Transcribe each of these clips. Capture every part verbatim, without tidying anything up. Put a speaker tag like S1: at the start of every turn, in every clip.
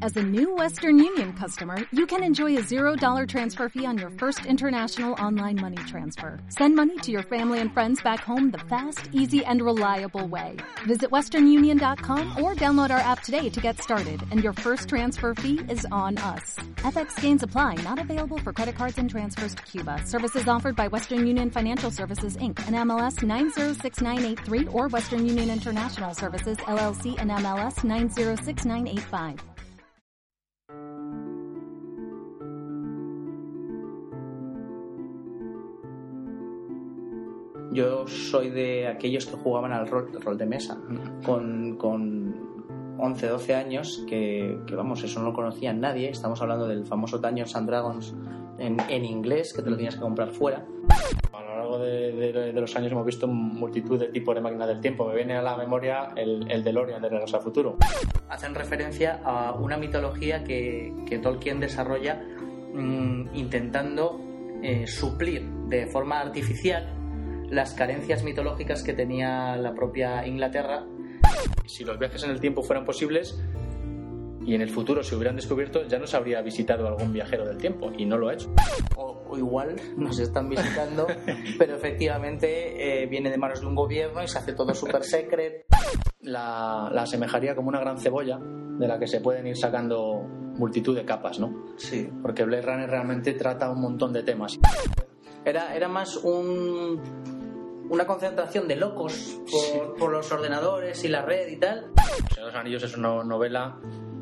S1: As a new Western Union customer, you can enjoy a zero dollar transfer fee on your first international online money transfer. Send money to your family and friends back home the fast, easy, and reliable way. Visit western union dot com or download our app today to get started, and your first transfer fee is on us. F X gains apply, not available for credit cards and transfers to Cuba. Services offered by Western Union Financial Services, Incorporated, and M L S nine zero six nine eight three or Western Union International Services, L L C, and M L S nine zero six nine eight five.
S2: Yo soy de aquellos que jugaban al rol, rol de mesa con, con once, doce años, que, que vamos, eso no lo conocía nadie. Estamos hablando del famoso Dungeons and Dragons en, en inglés, que te lo tenías que comprar fuera.
S3: A lo largo de, de, de los años hemos visto multitud de tipos de máquinas del tiempo. Me viene a la memoria el, el DeLorean de Regreso al Futuro.
S2: Hacen referencia a una mitología que, que Tolkien desarrolla mmm, intentando eh, suplir de forma artificial las carencias mitológicas que tenía la propia Inglaterra.
S3: Si los viajes en el tiempo fueran posibles y en el futuro se hubieran descubierto, ya nos habría visitado algún viajero del tiempo, y no lo ha hecho.
S2: O, o igual nos están visitando, pero efectivamente eh, viene de manos de un gobierno y se hace todo super secret.
S3: La, la asemejaría como una gran cebolla de la que se pueden ir sacando multitud de capas, ¿no?
S2: Sí.
S3: Porque Blade Runner realmente trata un montón de temas.
S2: Era, era más un, una concentración de locos por, sí. por los ordenadores y la red y tal.
S3: El Señor de los Anillos es una novela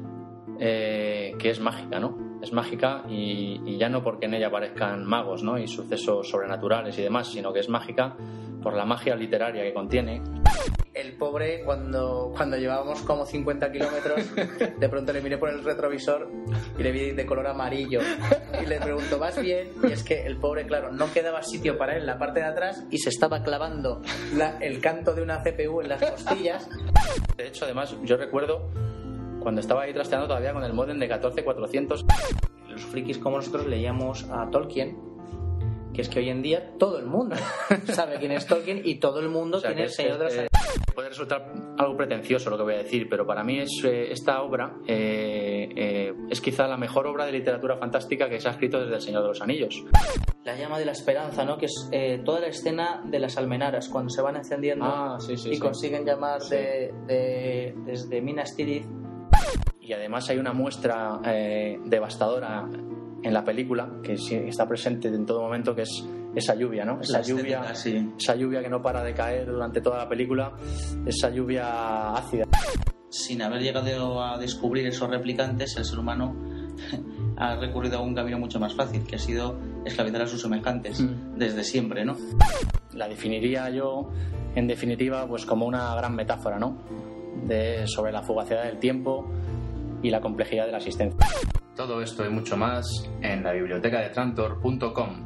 S3: eh, que es mágica, ¿no? Es mágica y, y ya no porque en ella aparezcan magos, ¿no? Y sucesos sobrenaturales y demás, sino que es mágica por la magia literaria que contiene.
S2: El pobre, cuando, cuando llevábamos como cincuenta kilómetros, de pronto le miré por el retrovisor y le vi de color amarillo. Y le pregunto, ¿vas bien? Y es que el pobre, claro, no quedaba sitio para él en la parte de atrás y se estaba clavando la, el canto de una C P U en las costillas.
S3: De hecho, además, yo recuerdo cuando estaba ahí trasteando todavía con el modem de catorce cuatrocientos.
S2: Los frikis como nosotros leíamos a Tolkien, que es que hoy en día todo el mundo sabe quién es Tolkien y todo el mundo, o sea, tiene el Señor de los Anillos.
S3: Puede resultar algo pretencioso lo que voy a decir, pero para mí es, eh, esta obra eh, eh, es quizá la mejor obra de literatura fantástica que se ha escrito desde El Señor de los Anillos.
S2: La llama de la esperanza, ¿no? Que es eh, toda la escena de las almenaras, cuando se van encendiendo
S3: ah, sí, sí,
S2: y
S3: sí.
S2: consiguen llamar sí. de, de, desde Minas Tirith.
S3: Y además hay una muestra eh, devastadora en la película que sí está presente en todo momento, que es esa lluvia, ¿no? Esa lluvia, estética, sí. esa lluvia que no para de caer durante toda la película, esa lluvia ácida.
S4: Sin haber llegado a descubrir esos replicantes, el ser humano ha recurrido a un camino mucho más fácil, que ha sido esclavizar a sus semejantes mm. desde siempre, ¿no?
S3: La definiría yo, en definitiva, pues como una gran metáfora, ¿no? De, sobre la fugacidad del tiempo y la complejidad de la existencia.
S5: Todo esto y mucho más en la biblioteca de Trantor punto com.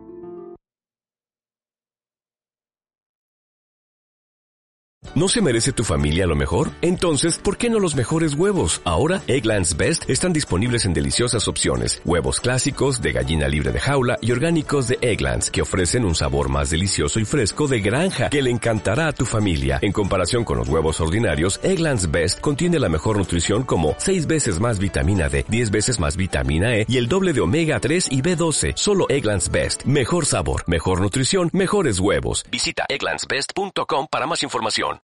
S6: ¿No se merece tu familia lo mejor? Entonces, ¿por qué no los mejores huevos? Ahora, Eggland's Best están disponibles en deliciosas opciones. Huevos clásicos, de gallina libre de jaula y orgánicos de Eggland's, que ofrecen un sabor más delicioso y fresco de granja que le encantará a tu familia. En comparación con los huevos ordinarios, Eggland's Best contiene la mejor nutrición como seis veces más vitamina D, diez veces más vitamina E y el doble de omega tres y B doce. Solo Eggland's Best. Mejor sabor, mejor nutrición, mejores huevos. Visita egglands best punto com para más información.